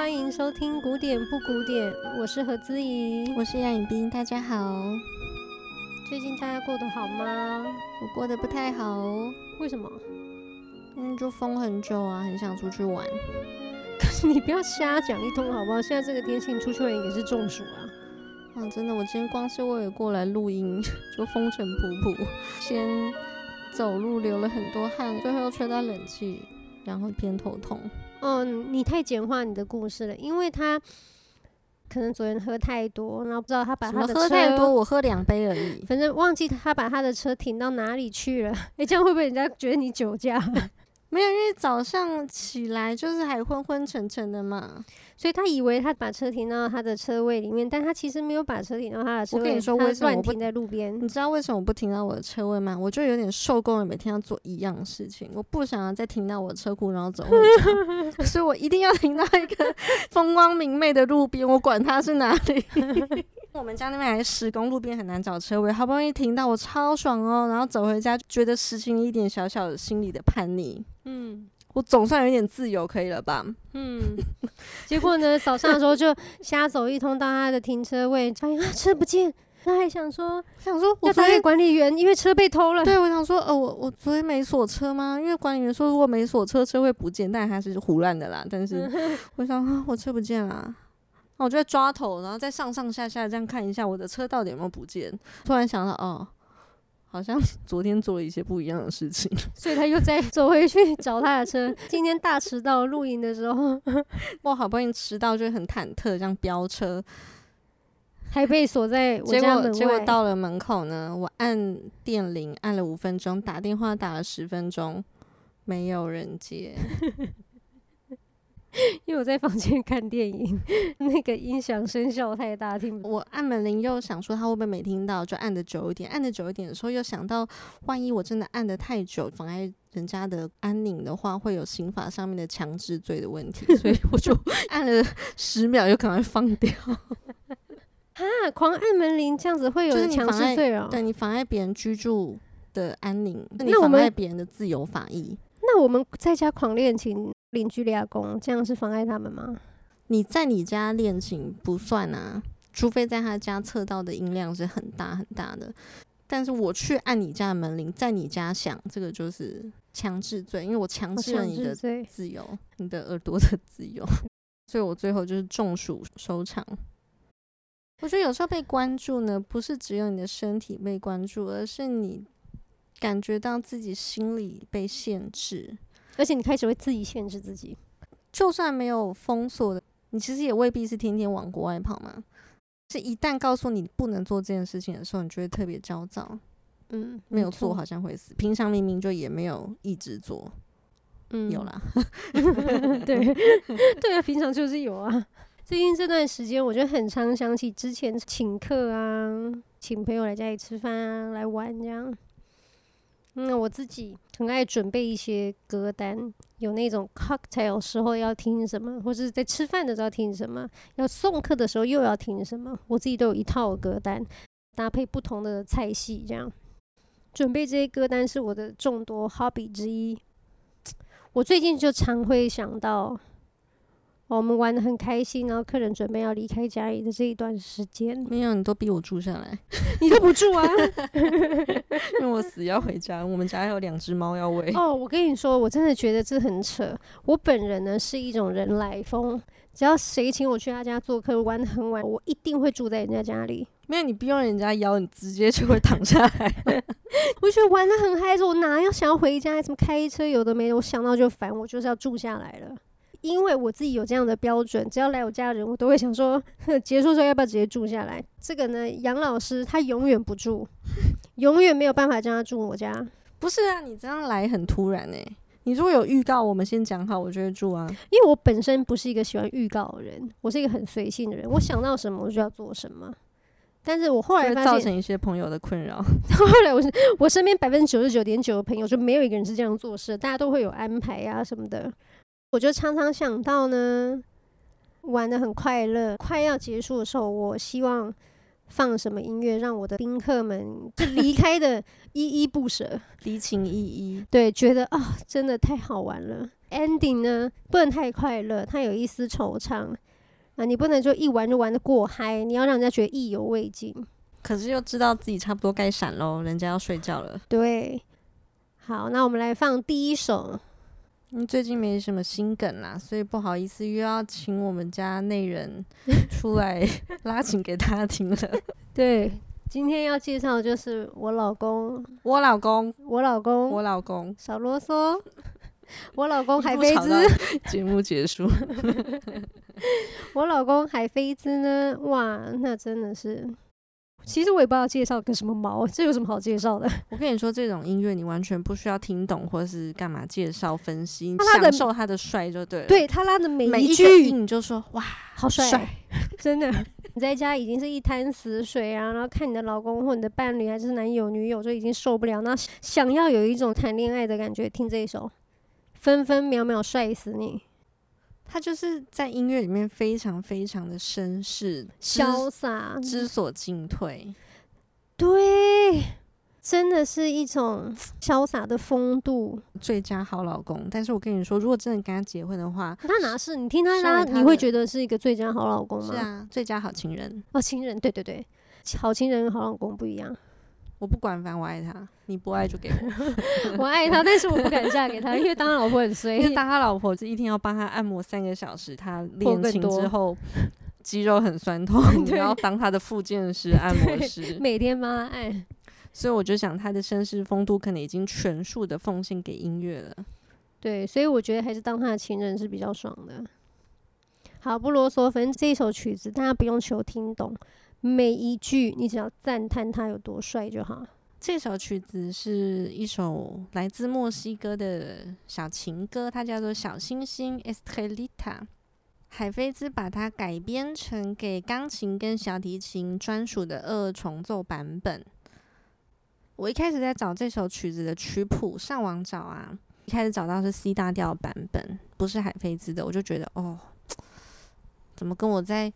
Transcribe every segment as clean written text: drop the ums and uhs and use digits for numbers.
欢迎收听古典不古典，我是何姿怡， 我是杨颖彬，大家好。 最近大家过得好吗？ 我过得不太好。 为什么？ 就封很久啊，很想出去玩。 可是你不要瞎讲一通好不好？现在这个天气你出去玩也是中暑啊。 真的，我今天光是为了过来录音就风尘仆仆，先走路流了很多汗，最后又吹到冷气，然后偏头痛。 你太简化你的故事了，因为他可能昨天喝太多，然后不知道他把他的车喝太多，我喝2杯而已。 反正忘记他把他的车停到哪里去了。这样会不会人家觉得你酒驾？ 没有，因为早上起来就是还昏昏沉沉的嘛， 所以他以为他把车停到他的车位里面，但他其实没有把车停到他的车位。 我跟你说为什么乱停在路边？ 你知道为什么我不停到我的车位吗？我就有点受够了每天要做一样的事情，我不想要再停到我的车库然后走回家，所以我一定要停到一个风光明媚的路边，我管它是哪里。我们家那边还施工，路边很难找车位，好不容易停到，我超爽哦，然后走回家觉得实行了一点小小的心理的叛逆。我总算有点自由可以了吧。 结果呢，早上的时候就瞎走一通到他的停车位，发现车不见，他还想说我昨天要打给管理员，因为车被偷了。 对，我想说我昨天没锁车吗？因为管理员说如果没锁车车会不见，但还是胡乱的啦。但是我想我车不见了，我就在抓头，然后再上上下下这样看一下我的车到底有没有不见。突然想到好像昨天做了一些不一样的事情， 所以他又再走回去找他的车。今天大迟到，露营的时候， 我好不容易迟到，就很忐忑，这样飙车， 还被锁在我家门外。 结果到了门口呢，我按电铃按了5分钟，打电话打了10分钟，没有人接。 因为我在房间看电影，那个音响声效太大，听不到。 我按门铃又想说他会不会没听到，就按得久一点。按得久一点的时候，又想到万一我真的按得太久，妨碍人家的安宁的话，会有刑法上面的强制罪的问题，所以我就按了10秒，又赶快放掉。 狂按门铃这样子会有强制罪哦？ 对，你妨碍别人居住的安宁，你妨碍别人的自由法益。 那我们在家狂练琴，邻居俩公，这样是妨碍他们吗？ 你在你家练琴不算啊，除非在他家测到的音量是很大很大的。但是我去按你家的门铃，在你家响，这个就是强制罪，因为我强制了你的自由，你的耳朵的自由，所以我最后就是中暑收场。我觉得有时候被关注呢，不是只有你的身体被关注，而是你感觉到自己心里被限制， 而且你开始会自己限制自己。 就算没有封锁的，你其实也未必是天天往国外跑嘛。是一旦告诉你不能做这件事情的时候，你就会特别焦躁。没有做好像会死，平常明明就也没有一直做。有啦。 对啊，平常就是有啊。最近这段时间，我就很常想起之前请客啊，请朋友来家里吃饭啊，来玩这样。我自己很爱准备一些歌单，有那种 cocktail 时候要听什么，或是在吃饭的时候要听什么，要送客的时候又要听什么，我自己都有一套歌单，搭配不同的菜系这样。准备这些歌单是我的众多 hobby 之一。我最近就常会想到我们玩得很开心，然后客人准备要离开家里的这一段时间。 没有，你都逼我住下来。 你都不住啊？ 因为我死要回家，我们家还有2只猫要喂。 我跟你说，我真的觉得这很扯。我本人呢是一种人来疯，只要谁请我去他家做客，玩得很晚，我一定会住在人家家里。 没有，你不用人家邀，你直接就会躺下来。 我觉得玩得很嗨，我哪要想要回家？什么开车有的没的，我想到就烦，我就是要住下来了。因为我自己有这样的标准，只要来我家的人，我都会想说，结束之后要不要直接住下来？这个呢，杨老师他永远不住，永远没有办法让他住我家。 不是啊，你这样来很突然欸。你如果有预告，我们先讲好，我就会住啊。 因为我本身不是一个喜欢预告的人，我是一个很随性的人，我想到什么我就要做什么。但是我后来发现， 造成一些朋友的困扰。 后来我身边99.9%的朋友就没有一个人是这样做事，大家都会有安排啊什么的。我就常常想到呢，玩得很快乐，快要结束的时候，我希望放什么音乐让我的宾客们就离开的依依不舍， 离情依依。 对，觉得真的太好玩了。ending 呢不能太快乐，它有一丝惆怅你不能就一玩就玩得过嗨，你要让人家觉得意犹未尽。 可是又知道自己差不多该闪咯，人家要睡觉了。 对，好，那我们来放第一首。 最近没什么新梗啦，所以不好意思又要请我们家内人出来拉琴给大家听了。 对，今天要介绍的就是我老公，少啰嗦。我老公海飞兹， 节目结束。 我老公海飞兹呢，哇，那真的是，其实我也不知道介绍个什么毛，这有什么好介绍的？ 我跟你说，这种音乐你完全不需要听懂或是干嘛介绍分析， 享受他的帅就对了。 对，他拉的每一句音你就说哇， 好帅，真的。你在家已经是一滩死水啊，然后看你的老公或你的伴侣还是男友女友就已经受不了，那想要有一种谈恋爱的感觉，听这一首分分秒秒帅死你。 他就是在音乐里面非常非常的绅士潇洒， 知所进退。 对，真的是一种潇洒的风度， 最佳好老公。但是我跟你说，如果真的跟他结婚的话， 他哪是你听他拉，你会觉得是一个最佳好老公吗？ 是啊，最佳好情人。 情人，对对对，好情人跟好老公不一样。 我不管，反正我爱他，你不爱就给我。 我爱他，但是我不敢嫁给他，因为当他老婆很衰。 因为当他老婆就一天要帮他按摩3个小时，他练琴之后肌肉很酸痛，你要当他的复健师、按摩师， 每天帮他按。 所以我就想，他的绅士风度可能已经全数的奉献给音乐了。 对，所以我觉得还是当他的情人是比较爽的。好，不啰嗦，反正这一首曲子大家不用求听懂。每一句你只要赞叹他有多帅就好。 这首曲子是一首来自墨西哥的小情歌，它叫做小星星 Estrellita。 海飞兹把它改编成给钢琴跟小提琴专属的2重奏版本。我一开始在找这首曲子的曲谱，上网找啊，一开始找到是 C 大调版本，不是海飞兹的，我就觉得怎么跟我在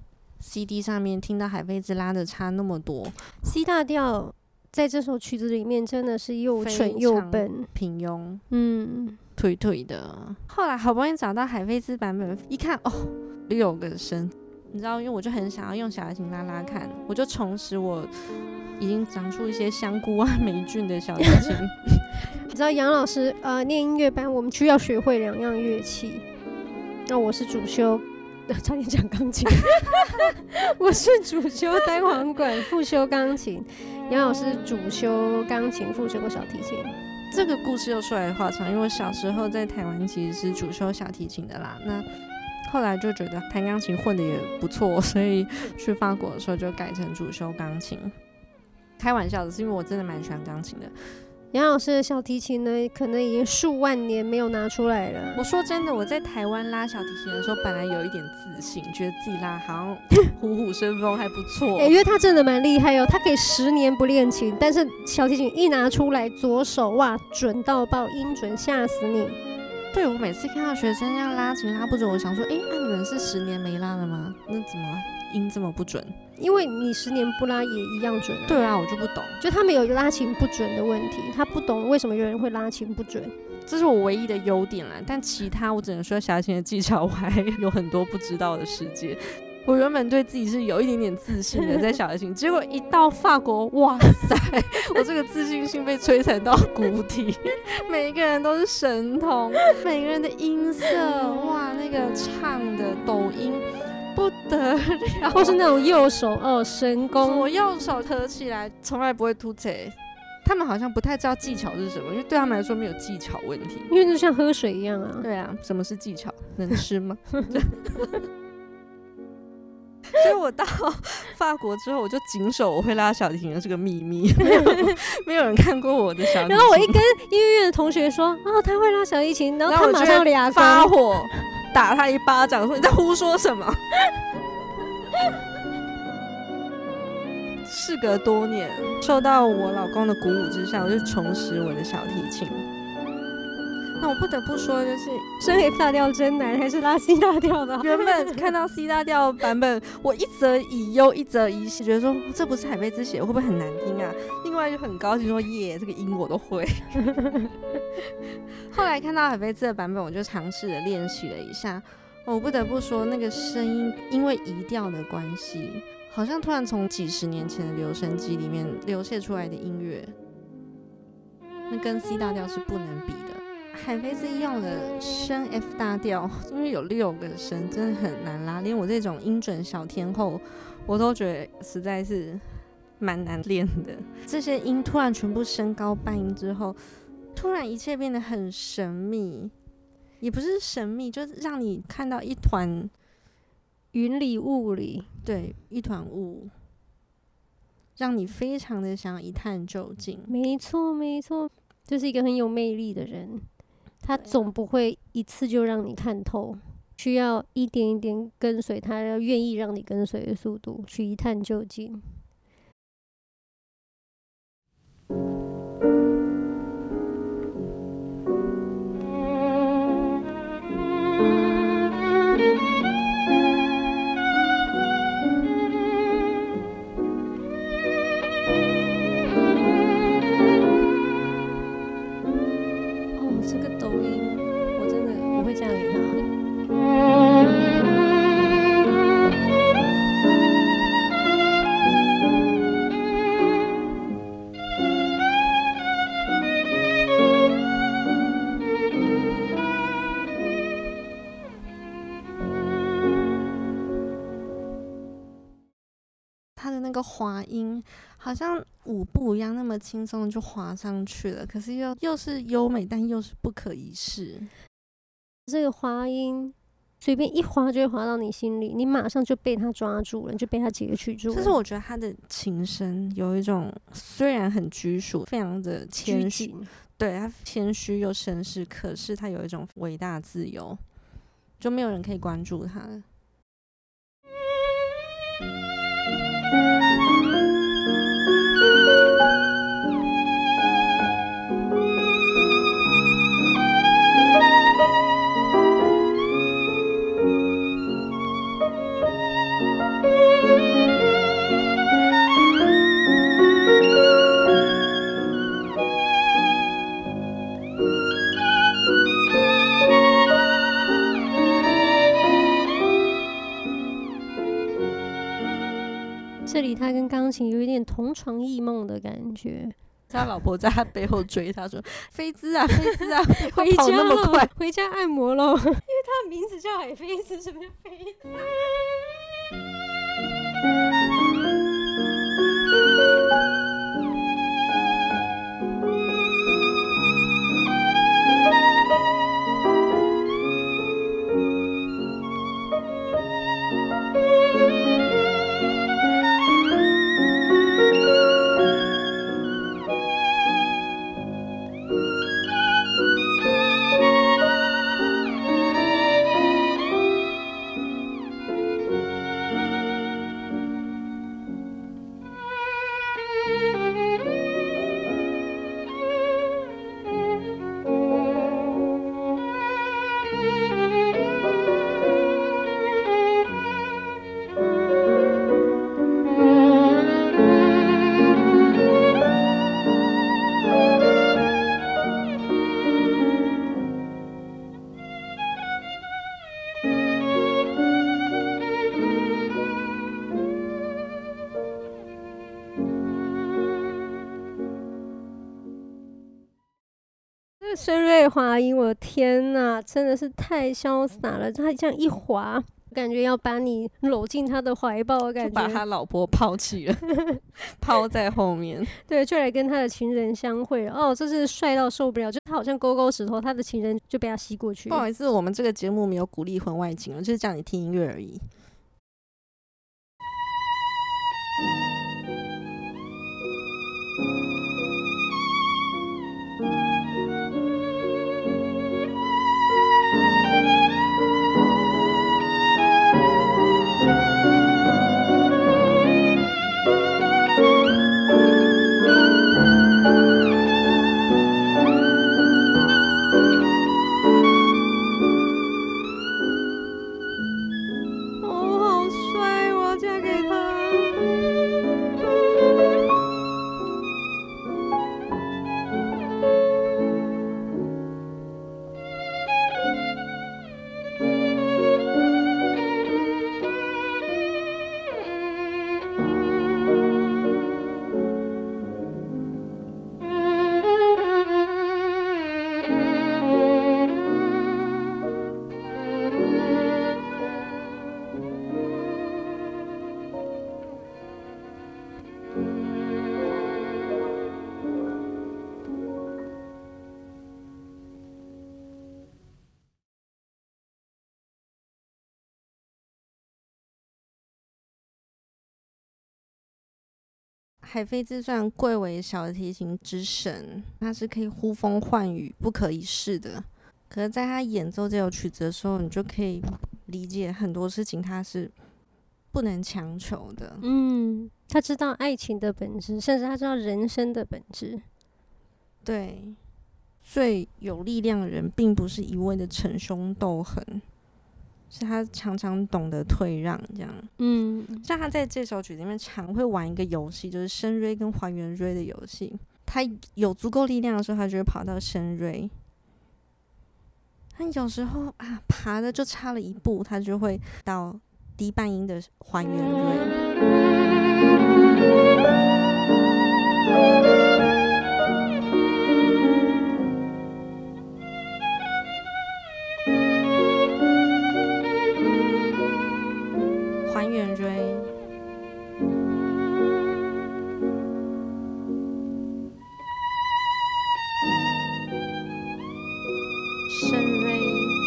CD 上面听到海飞兹拉的差那么多。 C 大调在这首曲子里面真的是又蠢又笨， 平庸，退退的。后来好不容易找到海飞兹版本，一看6个声，你知道，因为我就很想要用小提琴拉拉看，我就重拾我已经长出一些香菇啊霉菌的小提琴。 你知道杨老师念音乐班，我们需要学会2样乐器。那我是主修差点讲钢琴。我是主修单簧管，副修钢琴。杨老师主修钢琴，副修过小提琴。 这个故事又说来话长，因为我小时候在台湾其实是主修小提琴的啦。那后来就觉得弹钢琴混的也不错，所以去法国的时候就改成主修钢琴。开玩笑的是，因为我真的蛮喜欢钢琴的。 杨老师的小提琴呢，可能已经数万年没有拿出来了。 我说真的，我在台湾拉小提琴的时候，本来有一点自信，觉得自己拉好像虎虎生风，还不错。 因为他真的蛮厉害哦，他可以10年不练琴，但是小提琴一拿出来，左手哇准到爆，音准吓死你。 对，我每次看到学生这样拉琴拉不准，我想说，你们是10年没拉了吗？那怎么音这么不准？ 因为你10年不拉也一样准啊。 对啊，我就不懂， 就他们有拉琴不准的问题，他不懂为什么有人会拉琴不准。 这是我唯一的优点啦，但其他我只能说小提琴的技巧我还有很多不知道的世界。我原本对自己是有一点点自信的在小提琴，结果一到法国，哇塞，我这个自信心被摧残到谷底。每一个人都是神童，每个人的音色，哇，那个唱的抖音不得了， 或是那种右手神功， 左右手合起来从来不会凸槌。他们好像不太知道技巧是什么，因为对他们来说没有技巧问题， 因为就像喝水一样啊。 对啊，什么是技巧？能吃吗？所以我到法国之后，我就谨守我会拉小提琴的这个秘密，没有人看过我的小提琴。 然后我一跟音乐院的同学说，他会拉小提琴，然后他马上俩发火，打他一巴掌，说你在胡说什么？事隔多年，受到我老公的鼓舞之下，我就重拾我的小提琴。 那我不得不说，就是升 F 大调真难，还是拉 C 大调的？ 原本看到 C 大调版本，我一则以忧，一则以喜，觉得说这不是海飞丝写的，会不会很难听啊？另外就很高兴说耶，这个音我都会。后来看到海飞丝的版本，我就尝试的练习了一下。我不得不说，那个声音因为移调的关系，好像突然从几十年前的留声机里面流泻出来的音乐，那跟 C 大调是不能比的。海飞丝用了升 F 大调，因为有6个声，真的很难拉。连我这种音准小天后，我都觉得实在是蛮难练的。这些音突然全部升高半音之后，突然一切变得很神秘，也不是神秘，就是让你看到一团云里雾里， 对，一团雾，让你非常的想一探究竟。 没错没错，就是一个很有魅力的人。他总不会一次就让你看透，需要一点一点跟随他，要愿意让你跟随的速度去一探究竟。这个抖音我会嫁给他。 他的那个滑音好像舞步一样，那么轻松就滑上去了，可是又是优美，但又是不可一世。 这个滑音随便一滑就会滑到你心里，你马上就被他抓住了，你就被他截取住了。 就是我觉得他的琴声有一种虽然很拘束，非常的谦虚，对，他谦虚又绅士，可是他有一种伟大自由，就没有人可以关注他了。 这里他跟钢琴有一点同床异梦的感觉。 他老婆在他背后追他说：“飞兹啊，飞兹啊， 回家跑那么快， 回家按摩喽。”因为他的名字叫海飞丝，什么叫飞兹？深銳滑音，我的天哪，真的是太潇洒了！他这样一滑，感觉要把你搂进他的怀抱的感觉， 就把他老婆抛弃了，抛在后面。 对，就来跟他的情人相会了。哦，这是帅到受不了，就他好像勾勾石头，他的情人就被他吸过去。 不好意思，我们这个节目没有鼓励婚外情，就是叫你听音乐而已。 海菲兹虽然贵为小提琴之神，他是可以呼风唤雨、不可一世的，可是在他演奏这首曲子的时候，你就可以理解很多事情他是不能强求的。 他知道爱情的本质，甚至他知道人生的本质。 对，最有力量的人并不是一味的逞凶斗狠，是他常常懂得退让，这样。像他在这首曲子里面常会玩一个游戏，就是升瑞跟还原瑞的游戏。他有足够力量的时候，他就会跑到升瑞。他有时候爬的就差了一步，他就会到低半音的还原瑞。还原瑞，升瑞，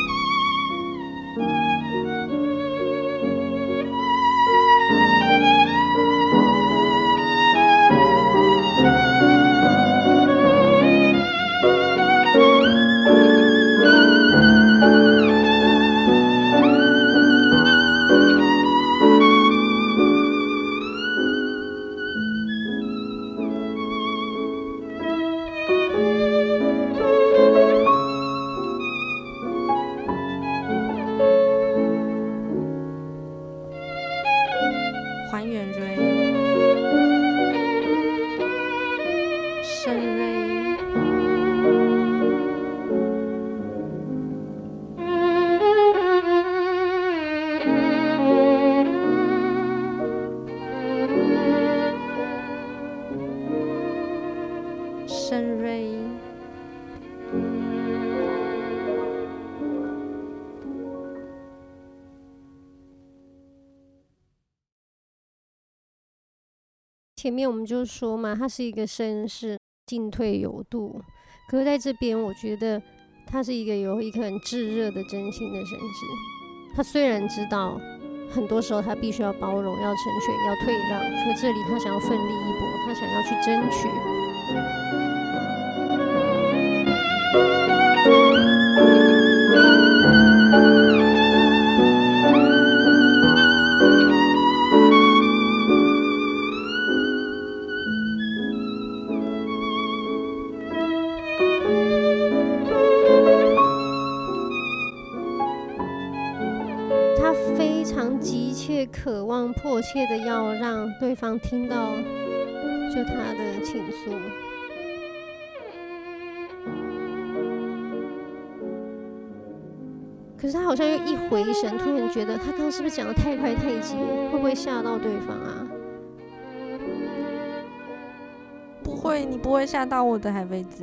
还原瑞，升瑞，升瑞。 前面我们就说嘛，他是一个绅士，进退有度。可是在这边，我觉得他是有一颗很炙热的真心的绅士。他虽然知道很多时候他必须要包容、要成全、要退让，可这里他想要奋力一搏，他想要去争取。他非常急切、渴望、迫切的要让对方听到，就他的倾诉。可是他好像又一回神，突然觉得他刚刚是不是讲得太快太急，会不会吓到对方啊？ 不会，你不会吓到我的，海菲兹。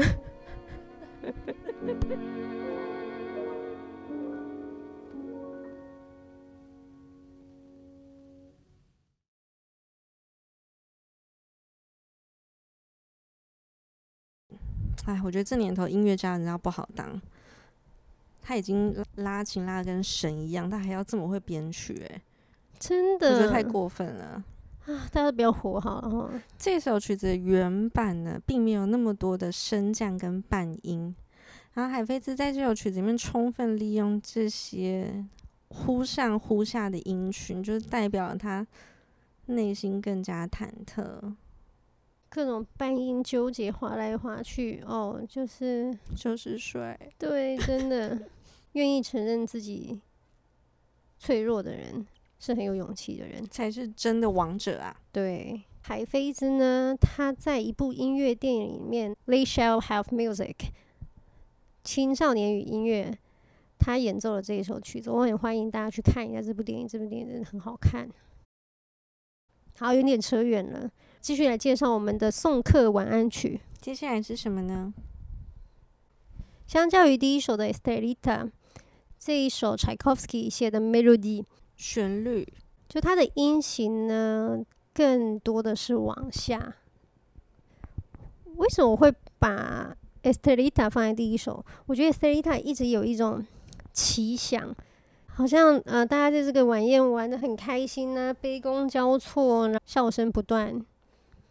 我觉得这年头音乐家人家不好当，他已经拉琴拉得跟神一样，他还要这么会编曲， 真的， 我觉得太过分了大家都不要活好了哈。 这首曲子的原版呢，并没有那么多的升降跟半音，然后海菲兹在这首曲子里面充分利用这些忽上忽下的音群，就是代表了他内心更加忐忑。 各种半音纠结，滑来滑去，就是水。 对，真的，愿意承认自己脆弱的人是很有勇气的人， 才是真的王者啊！ 对，海菲兹呢，他在一部音乐电影里面《They Shall Have Music》青少年与音乐，他演奏了这一首曲子，我很欢迎大家去看一下这部电影，这部电影真的很好看。好，有点扯远了，继续来介绍我们的颂客晚安曲。 接下来是什么呢？ 相较于第一首的 Estrellita， 这一首 Tchaikovsky 写的 Melody 旋律， 就它的音型呢更多的是往下。为什么我会把 Estrellita 放在第一首？我觉得 Estrellita 一直有一种奇想，好像大家在这个晚宴玩得很开心啊，杯弓交错，笑声不断。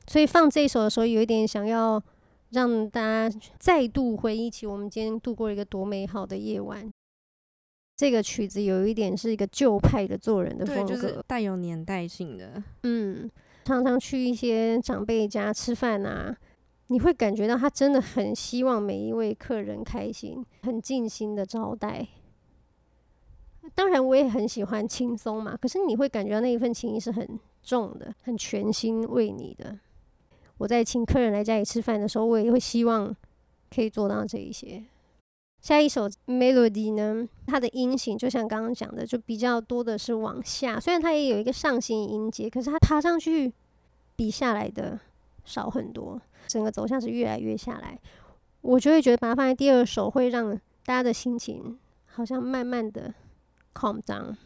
所以放这一首的时候，有一点想要让大家再度回忆起我们今天度过一个多美好的夜晚。这个曲子有一点是一个旧派的做人的风格， 对，就是带有年代性的。 常常去一些长辈家吃饭啊，你会感觉到他真的很希望每一位客人开心，很尽心的招待。当然我也很喜欢轻松嘛，可是你会感觉到那一份情谊是很重的，很全心为你的。我在请客人来家里吃饭的时候，我也会希望可以做到这一些。下一首 Melody 呢，它的音型就像刚刚讲的，就比较多的是往下，虽然它也有一个上行音阶，可是它爬上去比下来的少很多，整个走向是越来越下来。我就会觉得把它放在第二首，会让大家的心情好像慢慢的 calm down。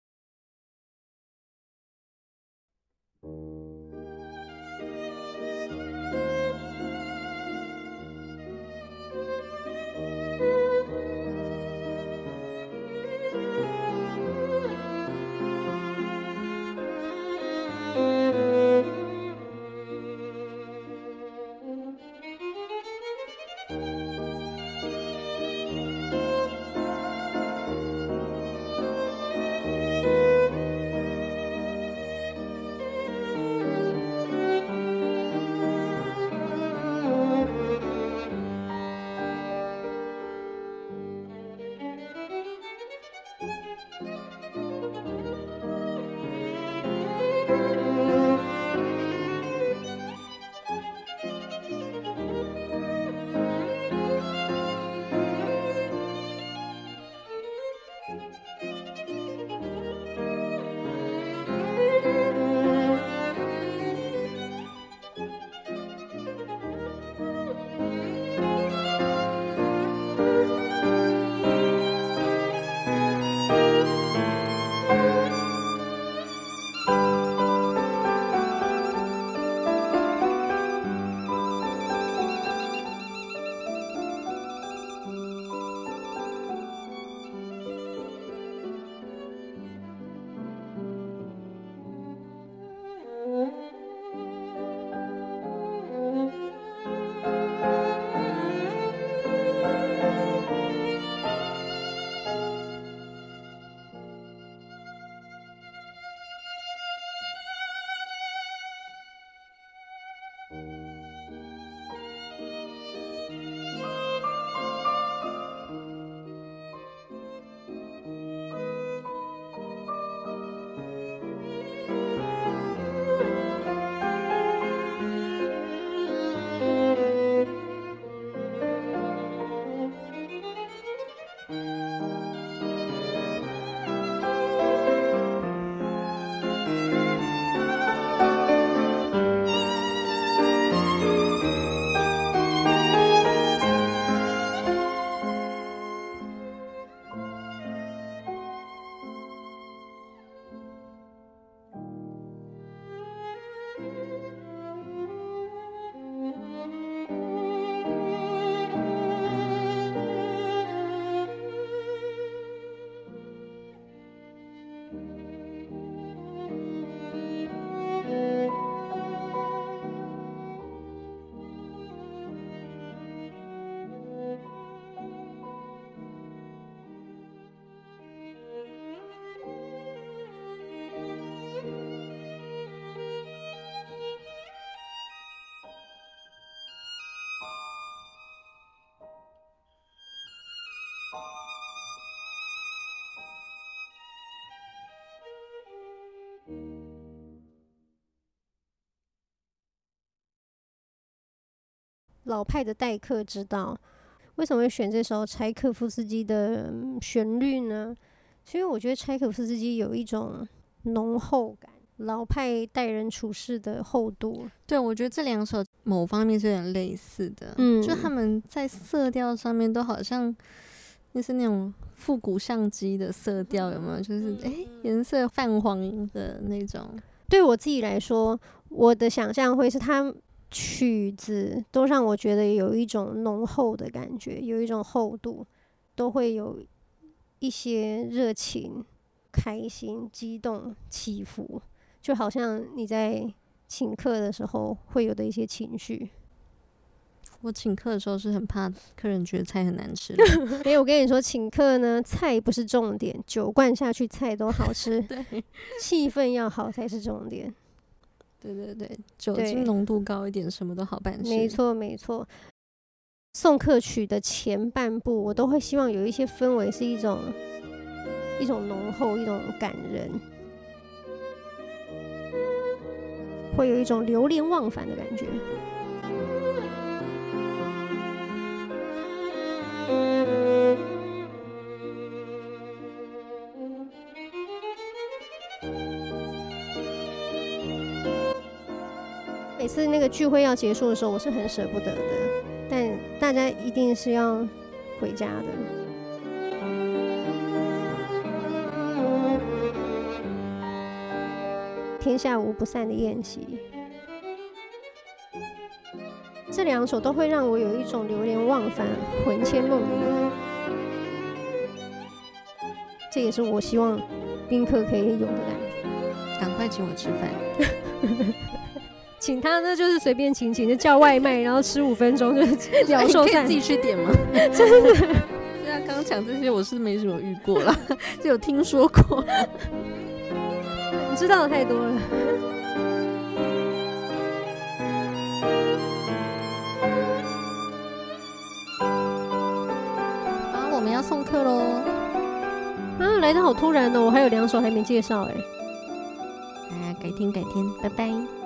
老派的待客之道，为什么会选这首柴可夫斯基的旋律呢？是因为我觉得柴可夫斯基有一种浓厚感，老派待人处事的厚度。 对，我觉得这两首某方面是有点类似的，就他们在色调上面都好像就是那种复古相机的色调，有没有？就是颜色泛黄的那种。 对我自己来说，我的想象会是他曲子都让我觉得有一种浓厚的感觉，有一种厚度，都会有一些热情、开心、激动、起伏，就好像你在请客的时候会有的一些情绪。 我请客的时候是很怕客人觉得菜很难吃的。 没有，我跟你说，请客呢，菜不是重点，酒灌下去菜都好吃。 对， 气氛要好才是重点。 对对对，酒精浓度高一点，什么都好办事。 没错没错。送客曲的前半部，我都会希望有一些氛围是一种浓厚，一种感人，会有一种流连忘返的感觉。每次那个聚会要结束的时候，我是很舍不得的，但大家一定是要回家的。天下无不散的宴席，这两首都会让我有一种流连忘返、魂牵梦萦。这也是我希望宾客可以有的感觉。 赶快请我吃饭。 请他呢，就是随便请，就叫外卖，然后吃5分钟就鸟兽散。 自己去点吗？ 真的。 对啊，刚刚讲这些我是没什么遇过啦，就有听说过。 你知道的太多了。 好，我们要送客咯。 啊，来得好突然哦！我还有2首还没介绍哎。 改天，拜拜。